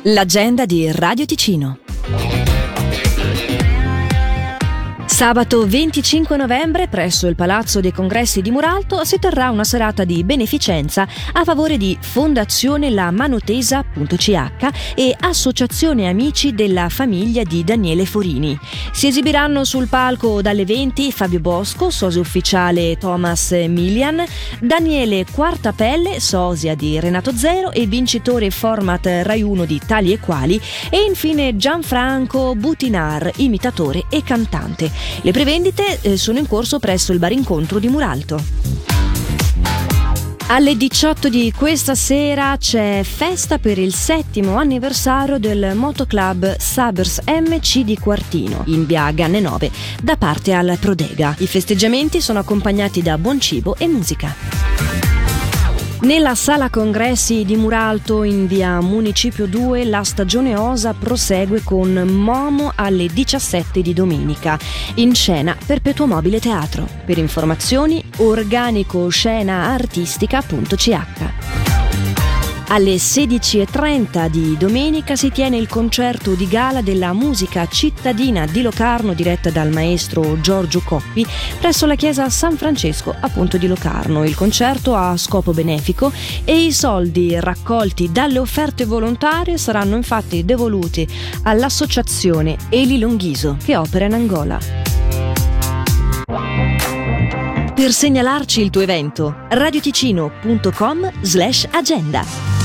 L'agenda di Radio Ticino. Sabato 25 novembre, presso il Palazzo dei Congressi di Muralto, si terrà una serata di beneficenza a favore di Fondazione La Manotesa.ch e Associazione Amici della famiglia di Daniele Forini. Si esibiranno sul palco dalle 20 Fabio Bosco, sosia ufficiale Thomas Milian, Daniele Quartapelle, sosia di Renato Zero e vincitore format Rai 1 di Tali e Quali, e infine Gianfranco Butinar, imitatore e cantante. Le prevendite sono in corso presso il Bar Incontro di Muralto. Alle 18 di questa sera c'è festa per il 7° anniversario del motoclub Sabers MC di Quartino, in via Ganne 9, da parte al Prodega. I festeggiamenti sono accompagnati da buon cibo e musica. Nella sala congressi di Muralto, in via Municipio 2, la stagione OSA prosegue con Momo alle 17 di domenica. In scena Perpetuo Mobile Teatro. Per informazioni organicoscenaartistica.ch. Alle 16:30 di domenica si tiene il concerto di gala della musica cittadina di Locarno, diretta dal maestro Giorgio Coppi, presso la chiesa San Francesco, appunto, di Locarno. Il concerto ha scopo benefico e i soldi raccolti dalle offerte volontarie saranno infatti devoluti all'associazione Eli Longhiso, che opera in Angola. Per segnalarci il tuo evento, radioticino.com/agenda.